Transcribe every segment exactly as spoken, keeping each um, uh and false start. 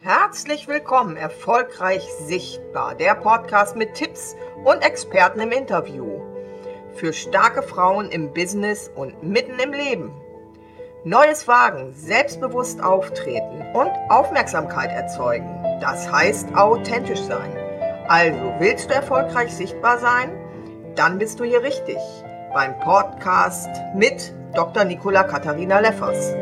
Herzlich willkommen, erfolgreich sichtbar, der Podcast mit Tipps und Experten im Interview. Für starke Frauen im Business und mitten im Leben. Neues wagen, selbstbewusst auftreten und Aufmerksamkeit erzeugen. Das heißt authentisch sein. Also, willst du erfolgreich sichtbar sein? Dann bist du hier richtig beim Podcast mit Doktor Nicola Katharina Leffers.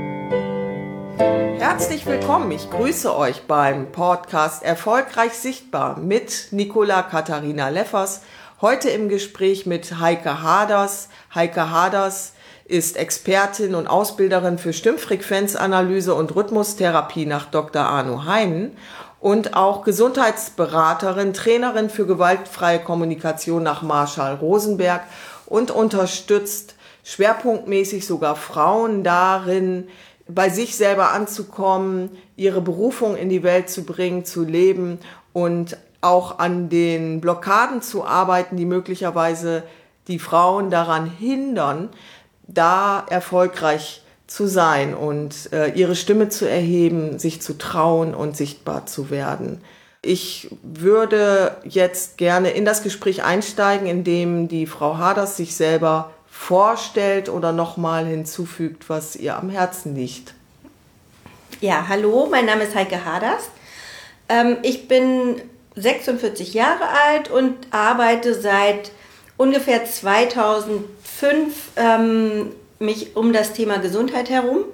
Herzlich willkommen, ich grüße euch beim Podcast Erfolgreich Sichtbar mit Nicola Katharina Leffers. Heute im Gespräch mit Heike Haders. Heike Haders ist Expertin und Ausbilderin für Stimmfrequenzanalyse und Rhythmustherapie nach Doktor Arno Heinen und auch Gesundheitsberaterin, Trainerin für gewaltfreie Kommunikation nach Marshall Rosenberg und unterstützt schwerpunktmäßig sogar Frauen darin, bei sich selber anzukommen, ihre Berufung in die Welt zu bringen, zu leben und auch an den Blockaden zu arbeiten, die möglicherweise die Frauen daran hindern, da erfolgreich zu sein und äh, ihre Stimme zu erheben, sich zu trauen und sichtbar zu werden. Ich würde jetzt gerne in das Gespräch einsteigen, in dem die Frau Haders sich selber vorstellt oder nochmal hinzufügt, was ihr am Herzen liegt. Ja, hallo, mein Name ist Heike Haders. Ähm, ich bin sechsundvierzig Jahre alt und arbeite seit ungefähr zweitausendfünf ähm, mich um das Thema Gesundheit herum.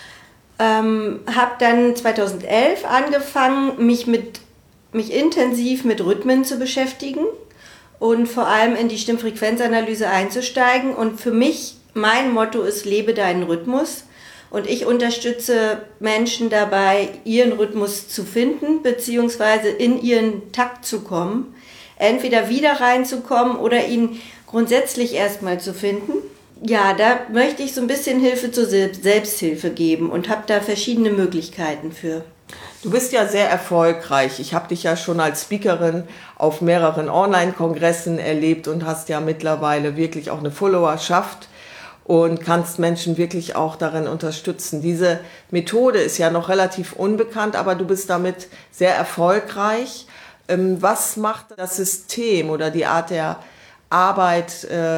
Ähm, habe dann zweitausendelf angefangen, mich, mit, mich intensiv mit Rhythmen zu beschäftigen und vor allem in die Stimmfrequenzanalyse einzusteigen. Und für mich, mein Motto ist, lebe deinen Rhythmus. Und ich unterstütze Menschen dabei, ihren Rhythmus zu finden, beziehungsweise in ihren Takt zu kommen. Entweder wieder reinzukommen oder ihn grundsätzlich erstmal zu finden. Ja, da möchte ich so ein bisschen Hilfe zur Selbsthilfe geben und habe da verschiedene Möglichkeiten für. Du bist ja sehr erfolgreich. Ich habe dich ja schon als Speakerin auf mehreren Online-Kongressen erlebt und hast ja mittlerweile wirklich auch eine Followerschaft und kannst Menschen wirklich auch darin unterstützen. Diese Methode ist ja noch relativ unbekannt, aber du bist damit sehr erfolgreich. Was macht das System oder die Art der Arbeit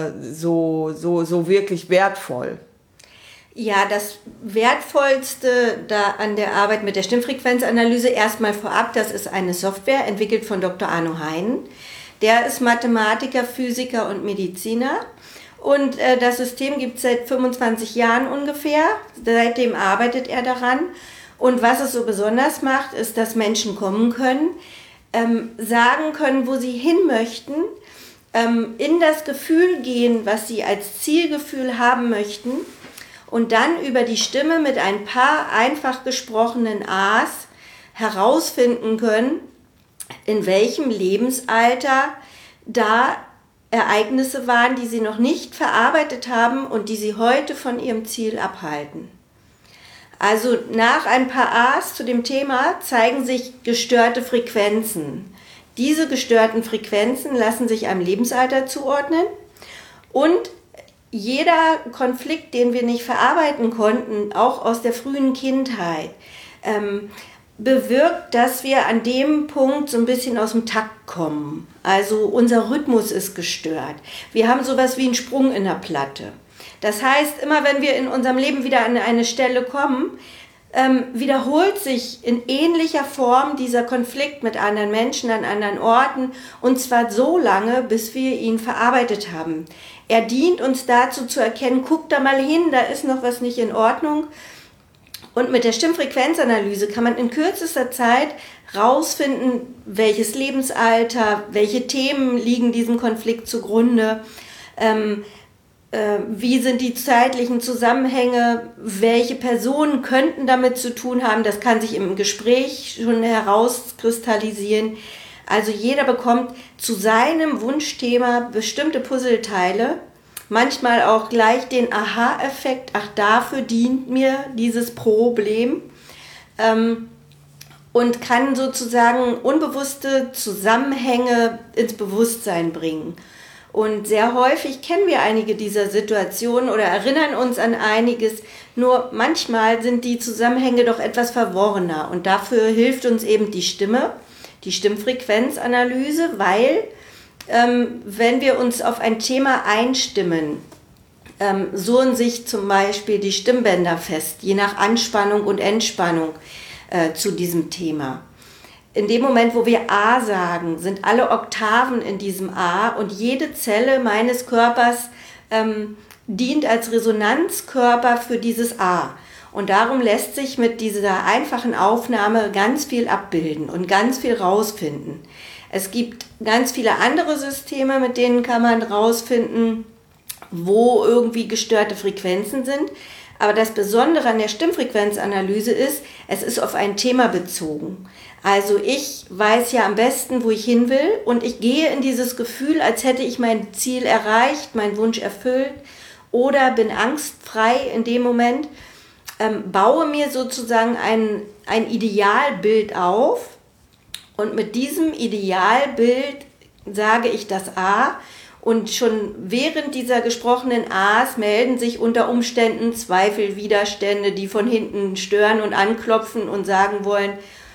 so, so, so wirklich wertvoll? Ja, das Wertvollste da an der Arbeit mit der Stimmfrequenzanalyse erstmal vorab, das ist eine Software, entwickelt von Doktor Arno Heinen. Der ist Mathematiker, Physiker und Mediziner und äh, das System gibt es seit fünfundzwanzig Jahren ungefähr. Seitdem arbeitet er daran und was es so besonders macht, ist, dass Menschen kommen können, ähm, sagen können, wo sie hin möchten, ähm, in das Gefühl gehen, was sie als Zielgefühl haben möchten, und dann über die Stimme mit ein paar einfach gesprochenen A's herausfinden können, in welchem Lebensalter da Ereignisse waren, die sie noch nicht verarbeitet haben und die sie heute von ihrem Ziel abhalten. Also nach ein paar A's zu dem Thema zeigen sich gestörte Frequenzen. Diese gestörten Frequenzen lassen sich einem Lebensalter zuordnen und jeder Konflikt, den wir nicht verarbeiten konnten, auch aus der frühen Kindheit, ähm, bewirkt, dass wir an dem Punkt so ein bisschen aus dem Takt kommen. Also unser Rhythmus ist gestört. Wir haben sowas wie einen Sprung in der Platte. Das heißt, immer wenn wir in unserem Leben wieder an eine Stelle kommen, ähm, wiederholt sich in ähnlicher Form dieser Konflikt mit anderen Menschen an anderen Orten und zwar so lange, bis wir ihn verarbeitet haben. Er dient uns dazu zu erkennen, guck da mal hin, da ist noch was nicht in Ordnung. Und mit der Stimmfrequenzanalyse kann man in kürzester Zeit rausfinden, welches Lebensalter, welche Themen liegen diesem Konflikt zugrunde, ähm, äh, wie sind die zeitlichen Zusammenhänge, welche Personen könnten damit zu tun haben. Das kann sich im Gespräch schon herauskristallisieren. Also jeder bekommt zu seinem Wunschthema bestimmte Puzzleteile, manchmal auch gleich den Aha-Effekt, ach, dafür dient mir dieses Problem, ähm, und kann sozusagen unbewusste Zusammenhänge ins Bewusstsein bringen. Und sehr häufig kennen wir einige dieser Situationen oder erinnern uns an einiges, Nur manchmal sind die Zusammenhänge doch etwas verworrener und dafür hilft uns eben die Stimme, die Stimmfrequenzanalyse, weil ähm, wenn wir uns auf ein Thema einstimmen, ähm, surren sich zum Beispiel die Stimmbänder fest, je nach Anspannung und Entspannung äh, zu diesem Thema. In dem Moment, wo wir A sagen, sind alle Oktaven in diesem A und jede Zelle meines Körpers ähm, dient als Resonanzkörper für dieses A. Und darum lässt sich mit dieser einfachen Aufnahme ganz viel abbilden und ganz viel rausfinden. Es gibt ganz viele andere Systeme, mit denen kann man rausfinden, wo irgendwie gestörte Frequenzen sind. Aber das Besondere an der Stimmfrequenzanalyse ist, es ist auf ein Thema bezogen. Also ich weiß ja am besten, wo ich hin will und ich gehe in dieses Gefühl, als hätte ich mein Ziel erreicht, meinen Wunsch erfüllt oder bin angstfrei in dem Moment, ähm, baue mir sozusagen ein, ein Idealbild auf und mit diesem Idealbild sage ich das A. Und schon während dieser gesprochenen A's melden sich unter Umständen Zweifel, Widerstände, die von hinten stören und anklopfen und sagen wollen,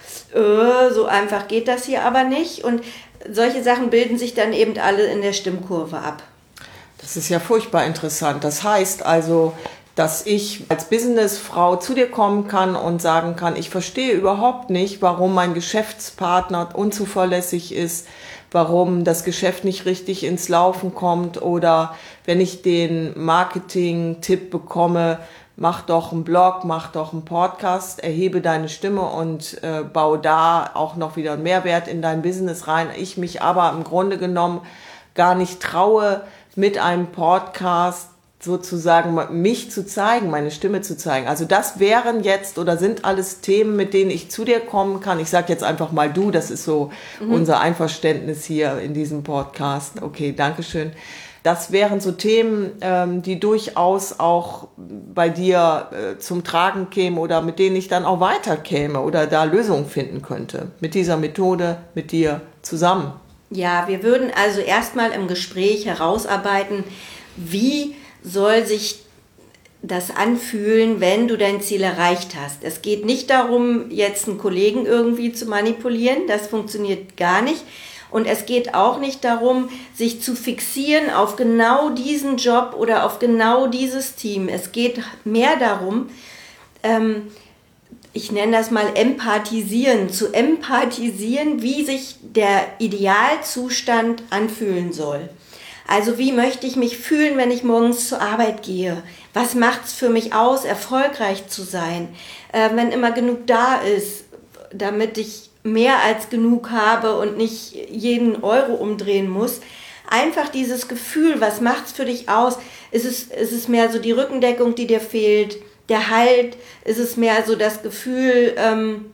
äh, so einfach geht das hier aber nicht. Und solche Sachen bilden sich dann eben alle in der Stimmkurve ab. Das ist ja furchtbar interessant. Das heißt also, dass ich als Businessfrau zu dir kommen kann und sagen kann, ich verstehe überhaupt nicht, warum mein Geschäftspartner unzuverlässig ist, warum das Geschäft nicht richtig ins Laufen kommt oder wenn ich den Marketing-Tipp bekomme, mach doch einen Blog, mach doch einen Podcast, erhebe deine Stimme und äh, baue da auch noch wieder einen Mehrwert in dein Business rein. Ich mich aber im Grunde genommen gar nicht traue, mit einem Podcast sozusagen mich zu zeigen, meine Stimme zu zeigen. Also das wären jetzt oder sind alles Themen, mit denen ich zu dir kommen kann. Ich sage jetzt einfach mal du, das ist so mhm. unser Einverständnis hier in diesem Podcast. Okay, Dankeschön. Das wären so Themen, ähm, die durchaus auch bei dir äh, zum Tragen kämen oder mit denen ich dann auch weiterkäme oder da Lösungen finden könnte. Mit dieser Methode, mit dir zusammen. Ja, wir würden also erstmal im Gespräch herausarbeiten, wie soll sich das anfühlen, wenn du dein Ziel erreicht hast. Es geht nicht darum, jetzt einen Kollegen irgendwie zu manipulieren, das funktioniert gar nicht. Und es geht auch nicht darum, sich zu fixieren auf genau diesen Job oder auf genau dieses Team. Es geht mehr darum, ähm, ich nenne das mal empathisieren, zu empathisieren, wie sich der Idealzustand anfühlen soll. Also wie möchte ich mich fühlen, wenn ich morgens zur Arbeit gehe? Was macht es für mich aus, erfolgreich zu sein? Äh, wenn immer genug da ist, damit ich mehr als genug habe und nicht jeden Euro umdrehen muss. Einfach dieses Gefühl, was macht es für dich aus? Ist es, ist es mehr so die Rückendeckung, die dir fehlt? Der Halt? Ist es mehr so das Gefühl, ähm,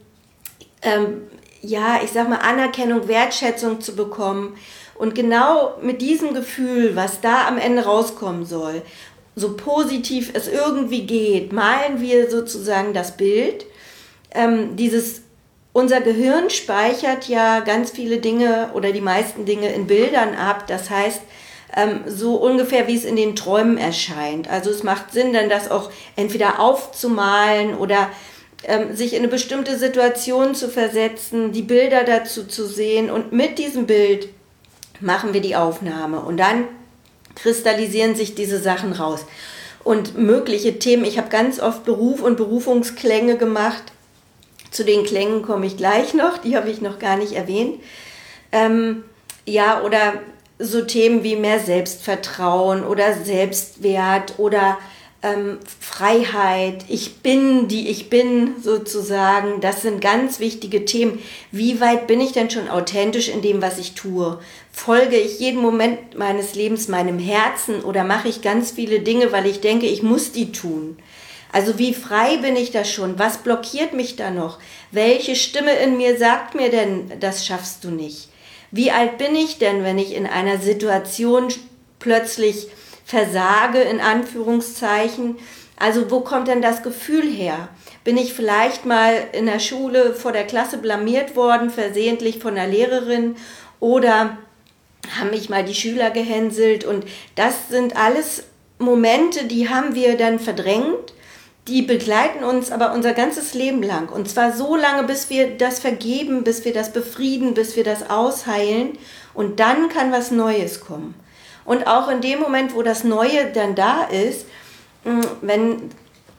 ähm, ja, ich sag mal, Anerkennung, Wertschätzung zu bekommen? Und genau mit diesem Gefühl, was da am Ende rauskommen soll, so positiv es irgendwie geht, malen wir sozusagen das Bild. Ähm, dieses, unser Gehirn speichert ja ganz viele Dinge oder die meisten Dinge in Bildern ab. Das heißt, ähm, so ungefähr wie es in den Träumen erscheint. Also es macht Sinn, dann das auch entweder aufzumalen oder ähm, sich in eine bestimmte Situation zu versetzen, die Bilder dazu zu sehen und mit diesem Bild machen wir die Aufnahme und dann kristallisieren sich diese Sachen raus. Und mögliche Themen, ich habe ganz oft Beruf und Berufungsklänge gemacht. Zu den Klängen komme ich gleich noch, die habe ich noch gar nicht erwähnt. Ähm, ja, oder so Themen wie mehr Selbstvertrauen oder Selbstwert oder ähm, Freiheit, ich bin, die ich bin sozusagen, das sind ganz wichtige Themen. Wie weit bin ich denn schon authentisch in dem, was ich tue? Folge ich jeden Moment meines Lebens meinem Herzen oder mache ich ganz viele Dinge, weil ich denke, ich muss die tun? Also wie frei bin ich da schon? Was blockiert mich da noch? Welche Stimme in mir sagt mir denn, das schaffst du nicht? Wie alt bin ich denn, wenn ich in einer Situation plötzlich versage, in Anführungszeichen? Also wo kommt denn das Gefühl her? Bin ich vielleicht mal in der Schule vor der Klasse blamiert worden, versehentlich von der Lehrerin, oder haben mich mal die Schüler gehänselt? Und das sind alles Momente, die haben wir dann verdrängt. die begleiten uns aber unser ganzes Leben lang. Und zwar so lange, bis wir das vergeben, bis wir das befrieden, bis wir das ausheilen. Und dann kann was Neues kommen. Und auch in dem Moment, wo das Neue dann da ist, wenn,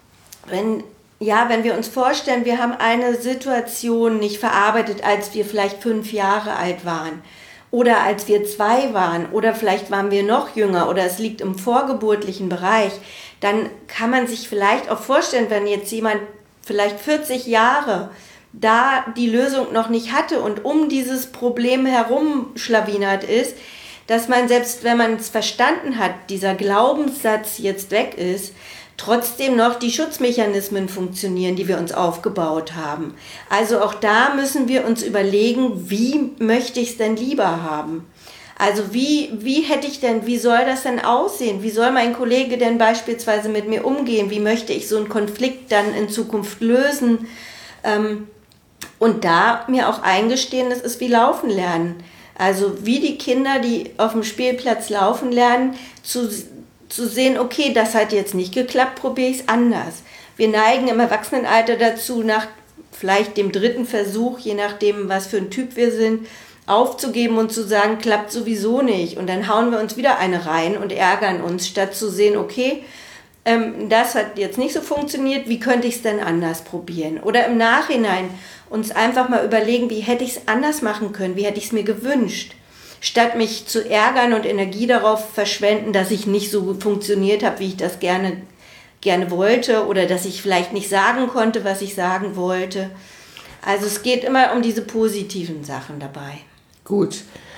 wenn, ja, wenn wir uns vorstellen, wir haben eine Situation nicht verarbeitet, als wir vielleicht fünf Jahre alt waren oder als wir zwei waren oder vielleicht waren wir noch jünger oder es liegt im vorgeburtlichen Bereich, dann kann man sich vielleicht auch vorstellen, wenn jetzt jemand vielleicht vierzig Jahre da die Lösung noch nicht hatte und um dieses Problem herum schlawinert ist, dass man selbst, wenn man es verstanden hat, dieser Glaubenssatz jetzt weg ist, trotzdem noch die Schutzmechanismen funktionieren, die wir uns aufgebaut haben. Also auch da müssen wir uns überlegen, wie möchte ich es denn lieber haben? Also wie, wie hätte ich denn, wie soll das denn aussehen? Wie soll mein Kollege denn beispielsweise mit mir umgehen? Wie möchte ich so einen Konflikt dann in Zukunft lösen? Ähm, und da mir auch eingestehen, das ist wie Laufen lernen. Also wie die Kinder, die auf dem Spielplatz laufen lernen, zu, zu sehen, okay, das hat jetzt nicht geklappt, probiere ich es anders. Wir neigen im Erwachsenenalter dazu, nach vielleicht dem dritten Versuch, je nachdem, was für ein Typ wir sind, aufzugeben und zu sagen, klappt sowieso nicht. Und dann hauen wir uns wieder eine rein und ärgern uns, statt zu sehen, okay, ähm, das hat jetzt nicht so funktioniert, wie könnte ich es denn anders probieren? Oder im Nachhinein uns einfach mal überlegen, wie hätte ich es anders machen können, wie hätte ich es mir gewünscht, statt mich zu ärgern und Energie darauf verschwenden, dass ich nicht so gut funktioniert habe, wie ich das gerne, gerne wollte oder dass ich vielleicht nicht sagen konnte, was ich sagen wollte. Also es geht immer um diese positiven Sachen dabei. Gut,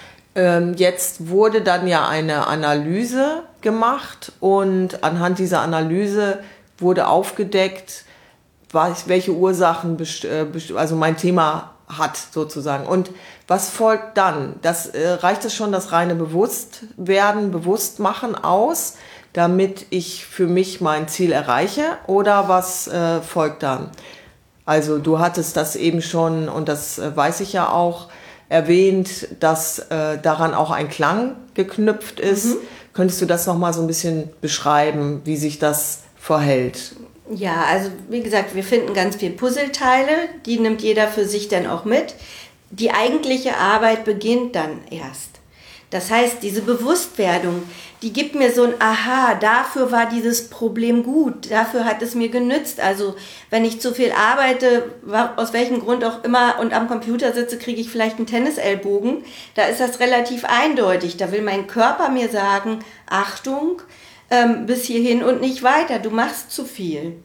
ähm, jetzt wurde dann ja eine Analyse gemacht und anhand dieser Analyse wurde aufgedeckt, was, welche Ursachen best- äh, best- also mein Thema hat sozusagen. Und was folgt dann? Das, äh, reicht es schon das reine Bewusstwerden, Bewusstmachen aus, damit ich für mich mein Ziel erreiche? Oder was äh, folgt dann? Also du hattest das eben schon, und das äh, weiß ich ja auch, erwähnt, dass äh, daran auch ein Klang geknüpft ist. Mhm. Könntest du das nochmal so ein bisschen beschreiben, wie sich das verhält? Ja, also wie gesagt, wir finden ganz viele Puzzleteile, die nimmt jeder für sich dann auch mit. Die eigentliche Arbeit beginnt dann erst. Das heißt, diese Bewusstwerdung, die gibt mir so ein Aha, dafür war dieses Problem gut, dafür hat es mir genützt. Also wenn ich zu viel arbeite, aus welchem Grund auch immer, und am Computer sitze, kriege ich vielleicht einen Tennisellbogen, da ist das relativ eindeutig. Da will mein Körper mir sagen, Achtung, ähm, bis hierhin und nicht weiter, du machst zu viel.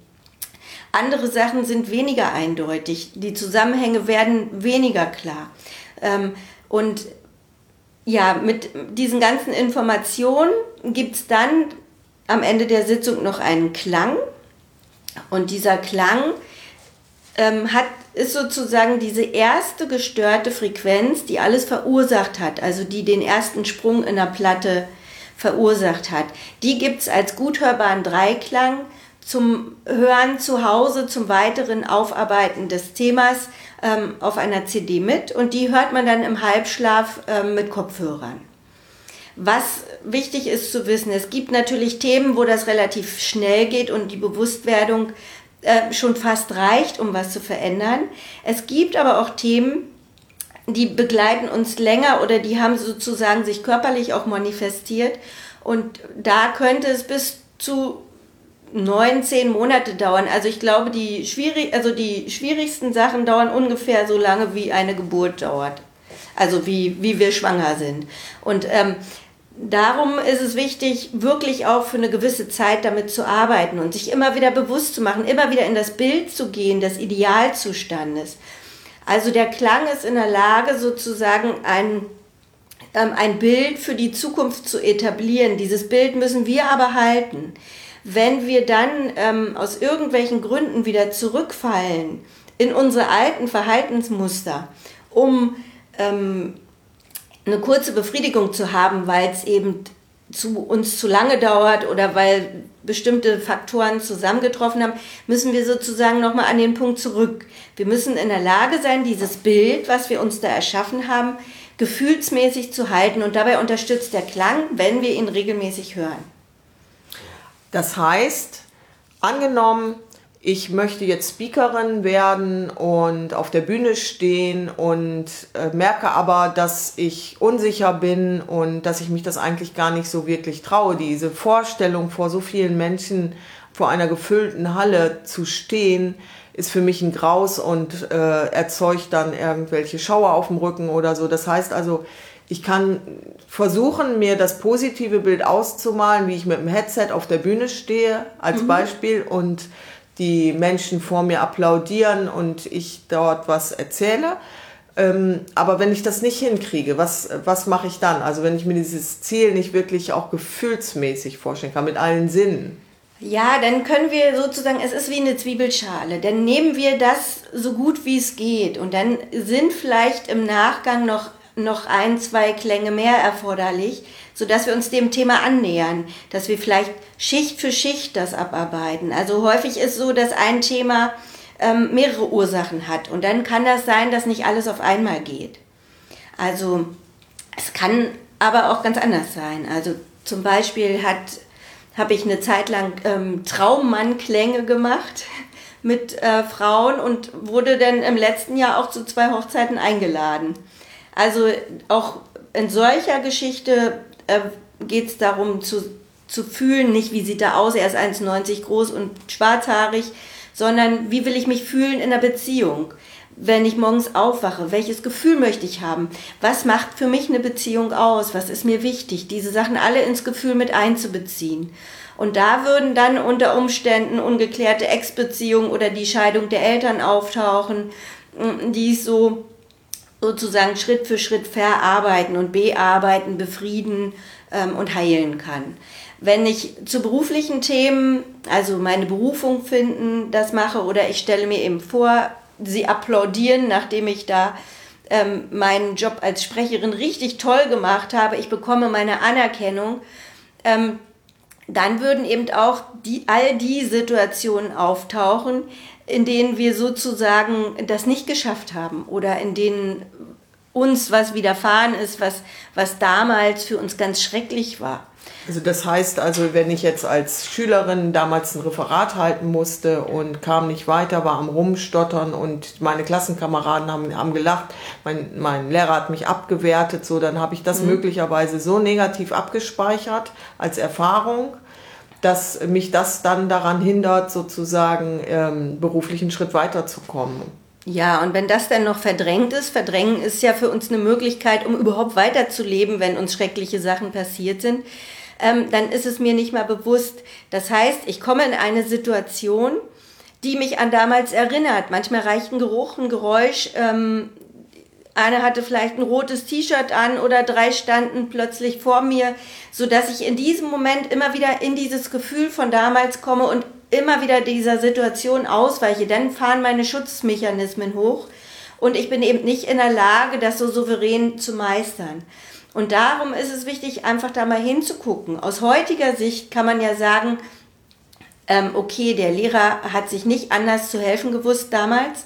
Andere Sachen sind weniger eindeutig, die Zusammenhänge werden weniger klar. Ähm, und ja, mit diesen ganzen Informationen gibt es dann am Ende der Sitzung noch einen Klang. Und dieser Klang ähm, hat, ist sozusagen diese erste gestörte Frequenz, die alles verursacht hat, also die den ersten Sprung in der Platte verursacht hat. Die gibt es als gut hörbaren Dreiklang zum Hören zu Hause, zum weiteren Aufarbeiten des Themas ähm, auf einer C D mit, und die hört man dann im Halbschlaf ähm, mit Kopfhörern. Was wichtig ist zu wissen, es gibt natürlich Themen, wo das relativ schnell geht und die Bewusstwerdung äh, schon fast reicht, um was zu verändern. Es gibt aber auch Themen, die begleiten uns länger oder die haben sozusagen sich körperlich auch manifestiert, und da könnte es bis zu neun, zehn Monate dauern. Also ich glaube, die, schwierig, also die schwierigsten Sachen dauern ungefähr so lange, wie eine Geburt dauert. Also wie, wie wir schwanger sind. Und ähm, darum ist es wichtig, wirklich auch für eine gewisse Zeit damit zu arbeiten und sich immer wieder bewusst zu machen, immer wieder in das Bild zu gehen, des Idealzustandes. Also der Klang ist in der Lage, sozusagen ein, ähm, ein Bild für die Zukunft zu etablieren. Dieses Bild müssen wir aber halten. Wenn wir dann ähm, aus irgendwelchen Gründen wieder zurückfallen in unsere alten Verhaltensmuster, um ähm, eine kurze Befriedigung zu haben, weil es eben zu uns zu lange dauert oder weil bestimmte Faktoren zusammengetroffen haben, müssen wir sozusagen nochmal an den Punkt zurück. Wir müssen in der Lage sein, dieses Bild, was wir uns da erschaffen haben, gefühlsmäßig zu halten, und dabei unterstützt der Klang, wenn wir ihn regelmäßig hören. Das heißt, angenommen, ich möchte jetzt Speakerin werden und auf der Bühne stehen und äh, merke aber, dass ich unsicher bin und dass ich mich das eigentlich gar nicht so wirklich traue. Diese Vorstellung, vor so vielen Menschen vor einer gefüllten Halle zu stehen, ist für mich ein Graus und äh, erzeugt dann irgendwelche Schauer auf dem Rücken oder so. Das heißt also, ich kann versuchen, mir das positive Bild auszumalen, wie ich mit dem Headset auf der Bühne stehe, als mhm. Beispiel, und die Menschen vor mir applaudieren und ich dort was erzähle. Ähm, aber wenn ich das nicht hinkriege, was, was mache ich dann? Also wenn ich mir dieses Ziel nicht wirklich auch gefühlsmäßig vorstellen kann, mit allen Sinnen. Ja, dann können wir sozusagen, es ist wie eine Zwiebelschale, dann nehmen wir das so gut wie es geht und dann sind vielleicht im Nachgang noch, noch ein, zwei Klänge mehr erforderlich, sodass wir uns dem Thema annähern, dass wir vielleicht Schicht für Schicht das abarbeiten. Also häufig ist so, dass ein Thema ähm, mehrere Ursachen hat und dann kann das sein, dass nicht alles auf einmal geht. Also es kann aber auch ganz anders sein. Also zum Beispiel hat habe ich eine Zeit lang ähm, Traummann-Klänge gemacht mit äh, Frauen und wurde dann im letzten Jahr auch zu zwei Hochzeiten eingeladen. Also auch in solcher Geschichte äh, geht es darum zu, zu fühlen, nicht wie sieht er aus, er ist eins Komma neunzig groß und schwarzhaarig, sondern wie will ich mich fühlen in einer Beziehung. Wenn ich morgens aufwache, welches Gefühl möchte ich haben? Was macht für mich eine Beziehung aus? Was ist mir wichtig? Diese Sachen alle ins Gefühl mit einzubeziehen. Und da würden dann unter Umständen ungeklärte Ex-Beziehungen oder die Scheidung der Eltern auftauchen, die ich so sozusagen Schritt für Schritt verarbeiten und bearbeiten, befrieden ähm, und heilen kann. Wenn ich zu beruflichen Themen, also meine Berufung finden, das mache oder ich stelle mir eben vor, sie applaudieren, nachdem ich da ähm, meinen Job als Sprecherin richtig toll gemacht habe, ich bekomme meine Anerkennung, ähm, dann würden eben auch die, all die Situationen auftauchen, in denen wir sozusagen das nicht geschafft haben oder in denen uns was widerfahren ist, was, was damals für uns ganz schrecklich war. Also das heißt also, wenn ich jetzt als Schülerin damals ein Referat halten musste und kam nicht weiter, war am Rumstottern und meine Klassenkameraden haben, haben gelacht, mein, mein Lehrer hat mich abgewertet, so, dann habe ich das mhm. möglicherweise so negativ abgespeichert als Erfahrung, dass mich das dann daran hindert, sozusagen ähm, beruflichen Schritt weiterzukommen. Ja, und wenn das dann noch verdrängt ist, verdrängen ist ja für uns eine Möglichkeit, um überhaupt weiterzuleben, wenn uns schreckliche Sachen passiert sind, ähm, dann ist es mir nicht mal bewusst. Das heißt, ich komme in eine Situation, die mich an damals erinnert. Manchmal reicht ein Geruch, ein Geräusch. Ähm, eine hatte vielleicht ein rotes T-Shirt an oder drei standen plötzlich vor mir, sodass ich in diesem Moment immer wieder in dieses Gefühl von damals komme und immer wieder dieser Situation ausweiche. Dann fahren meine Schutzmechanismen hoch und ich bin eben nicht in der Lage, das so souverän zu meistern. Und darum ist es wichtig, einfach da mal hinzugucken. Aus heutiger Sicht kann man ja sagen, ähm, okay, der Lehrer hat sich nicht anders zu helfen gewusst damals,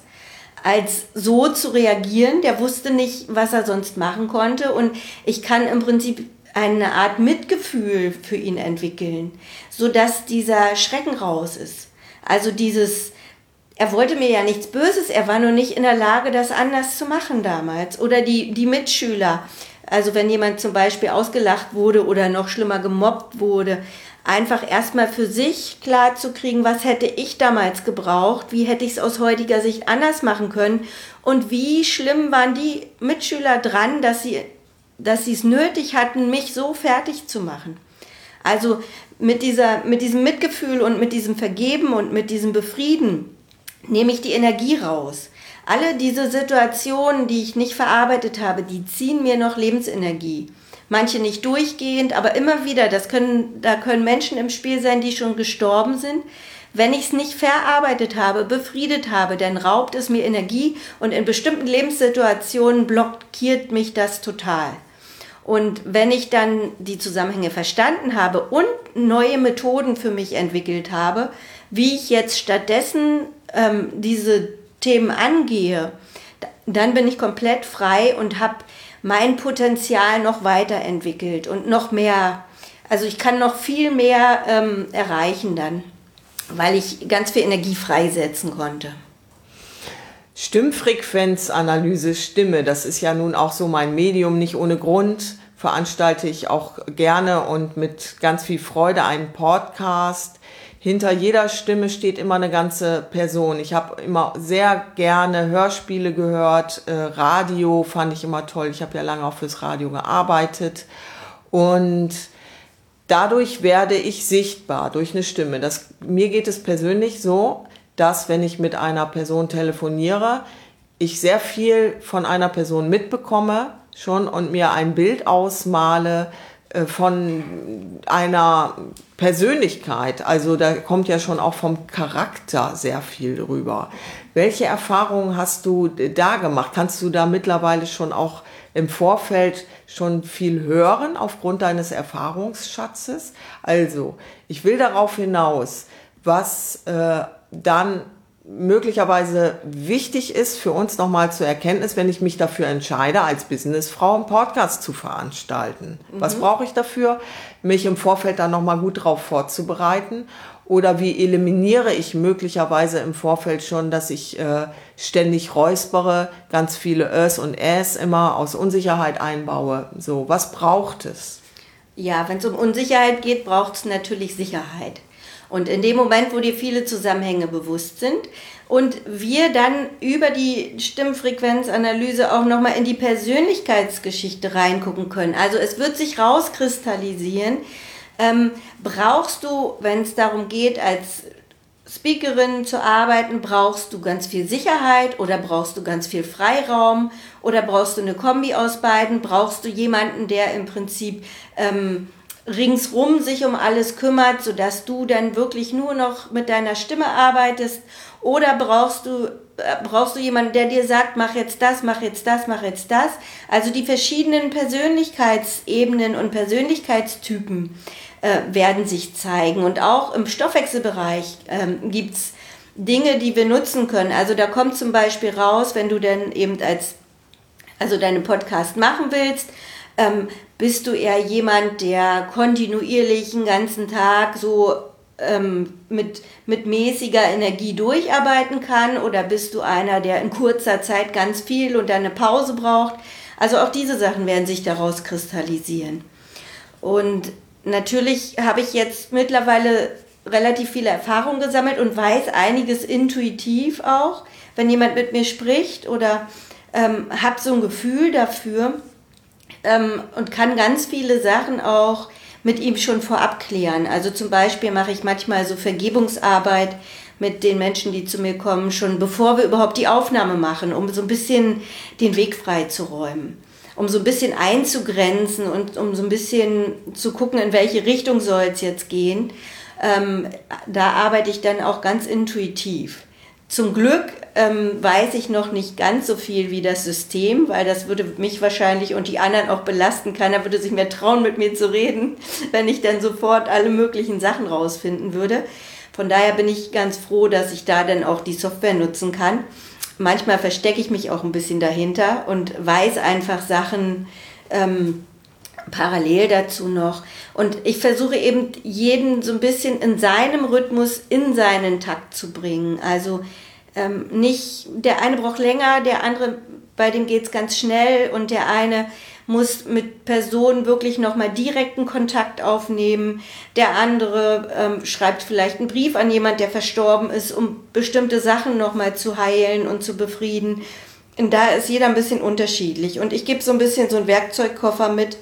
als so zu reagieren. Der wusste nicht, was er sonst machen konnte. Und ich kann im Prinzip eine Art Mitgefühl für ihn entwickeln, sodass dieser Schrecken raus ist. Also dieses, er wollte mir ja nichts Böses, er war nur nicht in der Lage, das anders zu machen damals. Oder die, die Mitschüler, also wenn jemand zum Beispiel ausgelacht wurde oder noch schlimmer gemobbt wurde, einfach erstmal für sich klar zu kriegen, was hätte ich damals gebraucht, wie hätte ich es aus heutiger Sicht anders machen können und wie schlimm waren die Mitschüler dran, dass sie dass sie es nötig hatten, mich so fertig zu machen. Also mit, dieser, mit diesem Mitgefühl und mit diesem Vergeben und mit diesem Befrieden nehme ich die Energie raus. Alle diese Situationen, die ich nicht verarbeitet habe, die ziehen mir noch Lebensenergie. Manche nicht durchgehend, aber immer wieder, das können, da können Menschen im Spiel sein, die schon gestorben sind. Wenn ich es nicht verarbeitet habe, befriedet habe, dann raubt es mir Energie und in bestimmten Lebenssituationen blockiert mich das total. Und wenn ich dann die Zusammenhänge verstanden habe und neue Methoden für mich entwickelt habe, wie ich jetzt stattdessen ähm, diese Themen angehe, dann bin ich komplett frei und habe mein Potenzial noch weiterentwickelt und noch mehr, also ich kann noch viel mehr ähm, erreichen dann. weil ich ganz viel Energie freisetzen konnte. Stimmfrequenzanalyse, Stimme, das ist ja nun auch so mein Medium, nicht ohne Grund veranstalte ich auch gerne und mit ganz viel Freude einen Podcast. Hinter jeder Stimme steht immer eine ganze Person. Ich habe immer sehr gerne Hörspiele gehört, äh, Radio fand ich immer toll. Ich habe ja lange auch fürs Radio gearbeitet und dadurch werde ich sichtbar durch eine Stimme. Das, mir geht es persönlich so, dass wenn ich mit einer Person telefoniere, ich sehr viel von einer Person mitbekomme schon und mir ein Bild ausmale äh, von einer Persönlichkeit. Also da kommt ja schon auch vom Charakter sehr viel rüber. Welche Erfahrungen hast du da gemacht? Kannst du da mittlerweile schon auch im Vorfeld schon viel hören aufgrund deines Erfahrungsschatzes? Also, ich will darauf hinaus, was äh, dann möglicherweise wichtig ist für uns nochmal zur Erkenntnis, wenn ich mich dafür entscheide, als Businessfrau einen Podcast zu veranstalten. Mhm. Was brauche ich dafür? Mich im Vorfeld dann nochmal gut darauf vorzubereiten? Oder wie eliminiere ich möglicherweise im Vorfeld schon, dass ich äh, ständig räuspere, ganz viele Ös und Äs immer aus Unsicherheit einbaue? So, was braucht es? Ja, wenn es um Unsicherheit geht, braucht es natürlich Sicherheit. Und in dem Moment, wo dir viele Zusammenhänge bewusst sind und wir dann über die Stimmfrequenzanalyse auch nochmal in die Persönlichkeitsgeschichte reingucken können. Also es wird sich rauskristallisieren, ähm, brauchst du, wenn es darum geht, als Speakerin zu arbeiten, brauchst du ganz viel Sicherheit oder brauchst du ganz viel Freiraum oder brauchst du eine Kombi aus beiden, brauchst du jemanden, der im Prinzip ähm, ringsrum sich um alles kümmert, sodass du dann wirklich nur noch mit deiner Stimme arbeitest, oder brauchst du, äh, brauchst du jemanden, der dir sagt, mach jetzt das, mach jetzt das, mach jetzt das. Also die verschiedenen Persönlichkeitsebenen und Persönlichkeitstypen äh, werden sich zeigen. Und auch im Stoffwechselbereich ähm, gibt's Dinge, die wir nutzen können. Also da kommt zum Beispiel raus, wenn du dann eben als, also deinen Podcast machen willst, ähm, bist du eher jemand, der kontinuierlich den ganzen Tag so ähm, mit, mit mäßiger Energie durcharbeiten kann, oder bist du einer, der in kurzer Zeit ganz viel und dann eine Pause braucht? Also auch diese Sachen werden sich daraus kristallisieren. Und natürlich habe ich jetzt mittlerweile relativ viele Erfahrungen gesammelt und weiß einiges intuitiv auch, wenn jemand mit mir spricht, oder ähm, habe so ein Gefühl dafür, Ähm, und kann ganz viele Sachen auch mit ihm schon vorab klären. Also zum Beispiel mache ich manchmal so Vergebungsarbeit mit den Menschen, die zu mir kommen, schon bevor wir überhaupt die Aufnahme machen, um so ein bisschen den Weg frei zu räumen, um so ein bisschen einzugrenzen und um so ein bisschen zu gucken, in welche Richtung soll es jetzt gehen. Ähm, da arbeite ich dann auch ganz intuitiv. Zum Glück ähm, weiß ich noch nicht ganz so viel wie das System, weil das würde mich wahrscheinlich und die anderen auch belasten. Keiner würde sich mehr trauen, mit mir zu reden, wenn ich dann sofort alle möglichen Sachen rausfinden würde. Von daher bin ich ganz froh, dass ich da dann auch die Software nutzen kann. Manchmal verstecke ich mich auch ein bisschen dahinter und weiß einfach Sachen ähm, parallel dazu noch. Und ich versuche eben jeden so ein bisschen in seinem Rhythmus, in seinen Takt zu bringen. Also ähm, nicht, der eine braucht länger, der andere, bei dem geht es ganz schnell, und der eine muss mit Personen wirklich nochmal direkten Kontakt aufnehmen. Der andere ähm, schreibt vielleicht einen Brief an jemand, der verstorben ist, um bestimmte Sachen nochmal zu heilen und zu befrieden. Und da ist jeder ein bisschen unterschiedlich. Und ich gebe so ein bisschen so einen Werkzeugkoffer mit,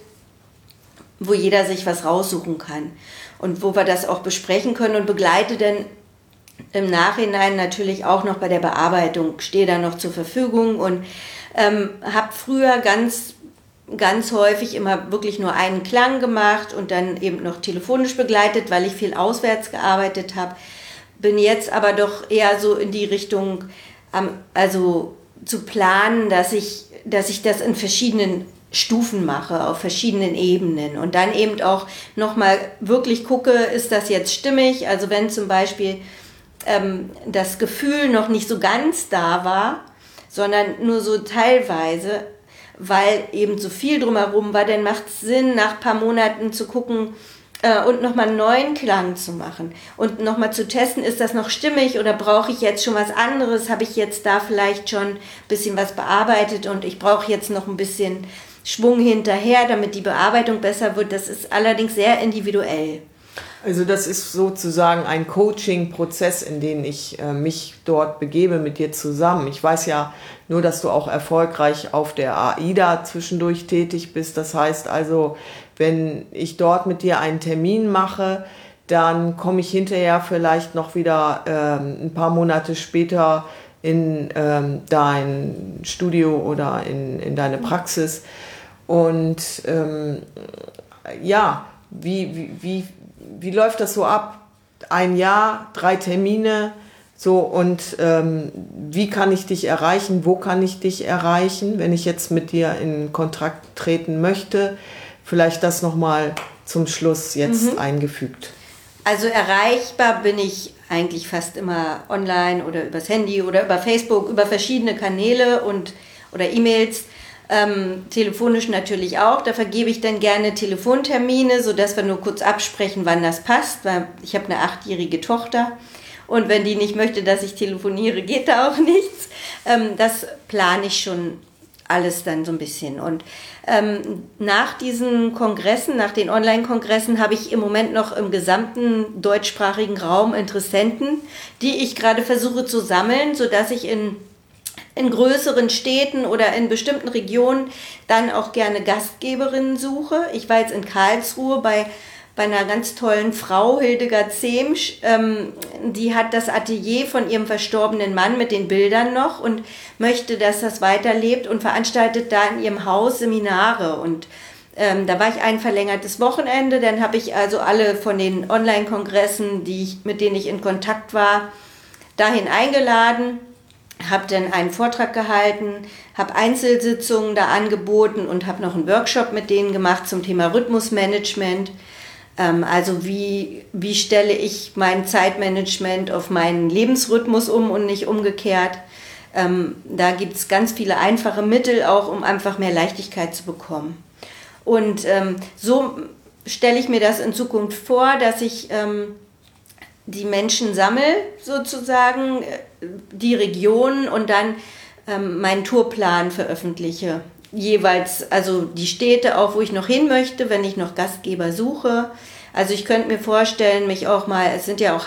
wo jeder sich was raussuchen kann und wo wir das auch besprechen können, und begleite dann im Nachhinein natürlich auch noch bei der Bearbeitung, stehe da noch zur Verfügung, und ähm, habe früher ganz, ganz häufig immer wirklich nur einen Klang gemacht und dann eben noch telefonisch begleitet, weil ich viel auswärts gearbeitet habe. Bin jetzt aber doch eher so in die Richtung, ähm, also zu planen, dass ich, dass ich das in verschiedenen Stufen mache, auf verschiedenen Ebenen, und dann eben auch nochmal wirklich gucke, ist das jetzt stimmig? Also wenn zum Beispiel ähm, das Gefühl noch nicht so ganz da war, sondern nur so teilweise, weil eben so viel drumherum war, dann macht es Sinn, nach ein paar Monaten zu gucken, äh, und nochmal einen neuen Klang zu machen und nochmal zu testen, ist das noch stimmig oder brauche ich jetzt schon was anderes, habe ich jetzt da vielleicht schon ein bisschen was bearbeitet und ich brauche jetzt noch ein bisschen Schwung hinterher, damit die Bearbeitung besser wird. Das ist allerdings sehr individuell. Also das ist sozusagen ein Coaching-Prozess, in den ich äh, mich dort begebe mit dir zusammen. Ich weiß ja nur, dass du auch erfolgreich auf der AIDA zwischendurch tätig bist. Das heißt also, wenn ich dort mit dir einen Termin mache, dann komme ich hinterher vielleicht noch wieder ähm, ein paar Monate später in ähm, dein Studio oder in, in deine Praxis. Und ähm, ja, wie, wie, wie Wie läuft das so ab? Ein Jahr, drei Termine, so und ähm, wie kann ich dich erreichen? Wo kann ich dich erreichen, wenn ich jetzt mit dir in Kontakt treten möchte? Vielleicht das nochmal zum Schluss jetzt mhm. eingefügt. Also erreichbar bin ich eigentlich fast immer online oder übers Handy oder über Facebook, über verschiedene Kanäle und oder E-Mails. Ähm, telefonisch natürlich auch, da vergebe ich dann gerne Telefontermine, sodass wir nur kurz absprechen, wann das passt, weil ich habe eine achtjährige Tochter und wenn die nicht möchte, dass ich telefoniere, geht da auch nichts. Ähm, das plane ich schon alles dann so ein bisschen. Und ähm, nach diesen Kongressen, nach den Online-Kongressen, habe ich im Moment noch im gesamten deutschsprachigen Raum Interessenten, die ich gerade versuche zu sammeln, sodass ich in in größeren Städten oder in bestimmten Regionen dann auch gerne Gastgeberinnen suche. Ich war jetzt in Karlsruhe bei, bei einer ganz tollen Frau, Hildegard Zemsch. Ähm, die hat das Atelier von ihrem verstorbenen Mann mit den Bildern noch und möchte, dass das weiterlebt und veranstaltet da in ihrem Haus Seminare. Und ähm, da war ich ein verlängertes Wochenende. Dann habe ich also alle von den Online-Kongressen, die ich, mit denen ich in Kontakt war, dahin eingeladen. Habe dann einen Vortrag gehalten, habe Einzelsitzungen da angeboten und habe noch einen Workshop mit denen gemacht zum Thema Rhythmusmanagement. Ähm, also wie, wie stelle ich mein Zeitmanagement auf meinen Lebensrhythmus um und nicht umgekehrt. Ähm, da gibt es ganz viele einfache Mittel auch, um einfach mehr Leichtigkeit zu bekommen. Und ähm, so stelle ich mir das in Zukunft vor, dass ich ähm, die Menschen sammle, sozusagen, die Regionen und dann ähm, meinen Tourplan veröffentliche. Jeweils, also die Städte auch, wo ich noch hin möchte, wenn ich noch Gastgeber suche. Also ich könnte mir vorstellen, mich auch mal, es sind ja auch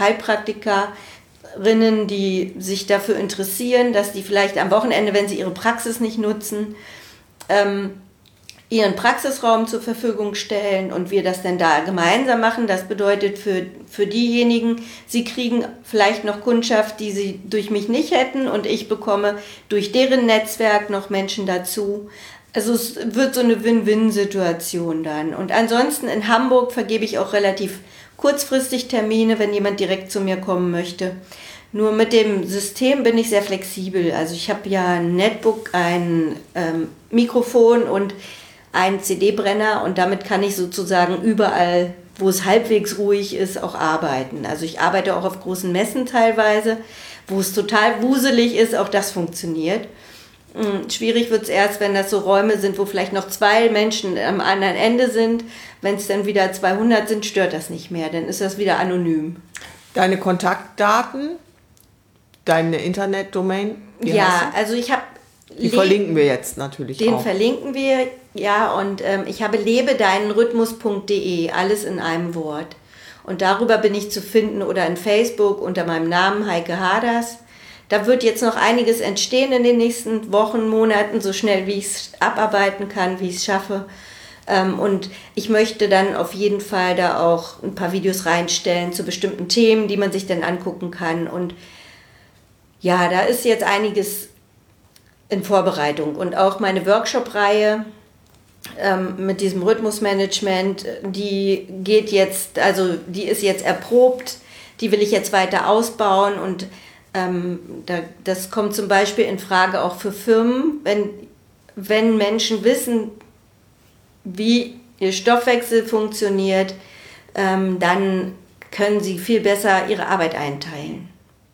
Heilpraktikerinnen, die sich dafür interessieren, dass die vielleicht am Wochenende, wenn sie ihre Praxis nicht nutzen, ähm, ihren Praxisraum zur Verfügung stellen und wir das dann da gemeinsam machen. Das bedeutet für, für diejenigen, sie kriegen vielleicht noch Kundschaft, die sie durch mich nicht hätten und ich bekomme durch deren Netzwerk noch Menschen dazu. Also es wird so eine Win-Win-Situation dann. Und ansonsten in Hamburg vergebe ich auch relativ kurzfristig Termine, wenn jemand direkt zu mir kommen möchte. Nur mit dem System bin ich sehr flexibel. Also ich habe ja ein Netbook, ein ähm, Mikrofon und ein C D-Brenner und damit kann ich sozusagen überall, wo es halbwegs ruhig ist, auch arbeiten. Also ich arbeite auch auf großen Messen teilweise, wo es total wuselig ist, auch das funktioniert. Schwierig wird es erst, wenn das so Räume sind, wo vielleicht noch zwei Menschen am anderen Ende sind. Wenn es dann wieder zweihundert sind, stört das nicht mehr, dann ist das wieder anonym. Deine Kontaktdaten, deine Internetdomain? Ja, also ich habe... Die verlinken wir jetzt natürlich Den auch. Den verlinken wir, ja, und ähm, ich habe lebedeinenrhythmus punkt de, alles in einem Wort. Und darüber bin ich zu finden oder in Facebook unter meinem Namen Heike Haders. Da wird jetzt noch einiges entstehen in den nächsten Wochen, Monaten, so schnell wie ich es abarbeiten kann, wie ich es schaffe. Ähm, und ich möchte dann auf jeden Fall da auch ein paar Videos reinstellen zu bestimmten Themen, die man sich dann angucken kann. Und ja, da ist jetzt einiges in Vorbereitung und auch meine Workshop-Reihe ähm, mit diesem Rhythmusmanagement, die geht jetzt, also die ist jetzt erprobt, die will ich jetzt weiter ausbauen und ähm, da, das kommt zum Beispiel in Frage auch für Firmen, wenn, wenn Menschen wissen, wie ihr Stoffwechsel funktioniert, ähm, dann können sie viel besser ihre Arbeit einteilen.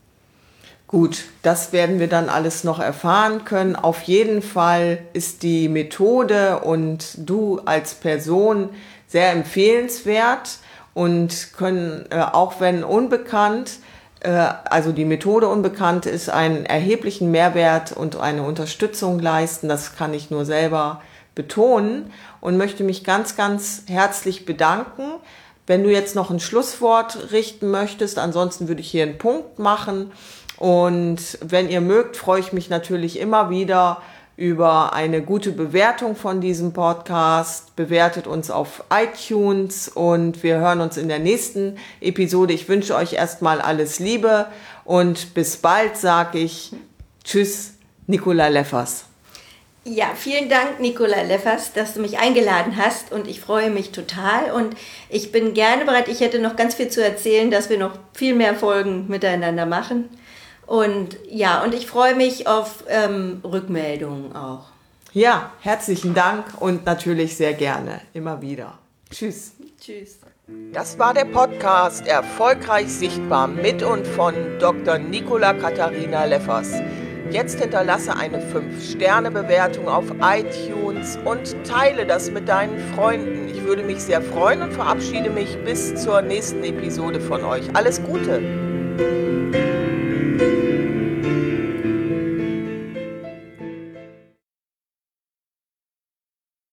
Gut, das werden wir dann alles noch erfahren können. Auf jeden Fall ist die Methode und du als Person sehr empfehlenswert. und können, äh, auch wenn unbekannt, äh, also die Methode unbekannt ist, einen erheblichen Mehrwert und eine Unterstützung leisten. Das kann ich nur selber betonen und möchte mich ganz, ganz herzlich bedanken. Wenn du jetzt noch ein Schlusswort richten möchtest, ansonsten würde ich hier einen Punkt machen. Und wenn ihr mögt, freue ich mich natürlich immer wieder über eine gute Bewertung von diesem Podcast. Bewertet uns auf iTunes und wir hören uns in der nächsten Episode. Ich wünsche euch erstmal alles Liebe und bis bald, sage ich Tschüss, Nicola Leffers. Ja, vielen Dank, Nicola Leffers, dass du mich eingeladen hast und ich freue mich total und ich bin gerne bereit. Ich hätte noch ganz viel zu erzählen, dass wir noch viel mehr Folgen miteinander machen. Und ja, und ich freue mich auf ähm, Rückmeldungen auch. Ja, herzlichen Dank und natürlich sehr gerne, immer wieder. Tschüss. Tschüss. Das war der Podcast Erfolgreich Sichtbar mit und von Doktor Nicola Katharina Leffers. Jetzt hinterlasse eine fünf Sterne Bewertung auf iTunes und teile das mit deinen Freunden. Ich würde mich sehr freuen und verabschiede mich bis zur nächsten Episode von euch. Alles Gute!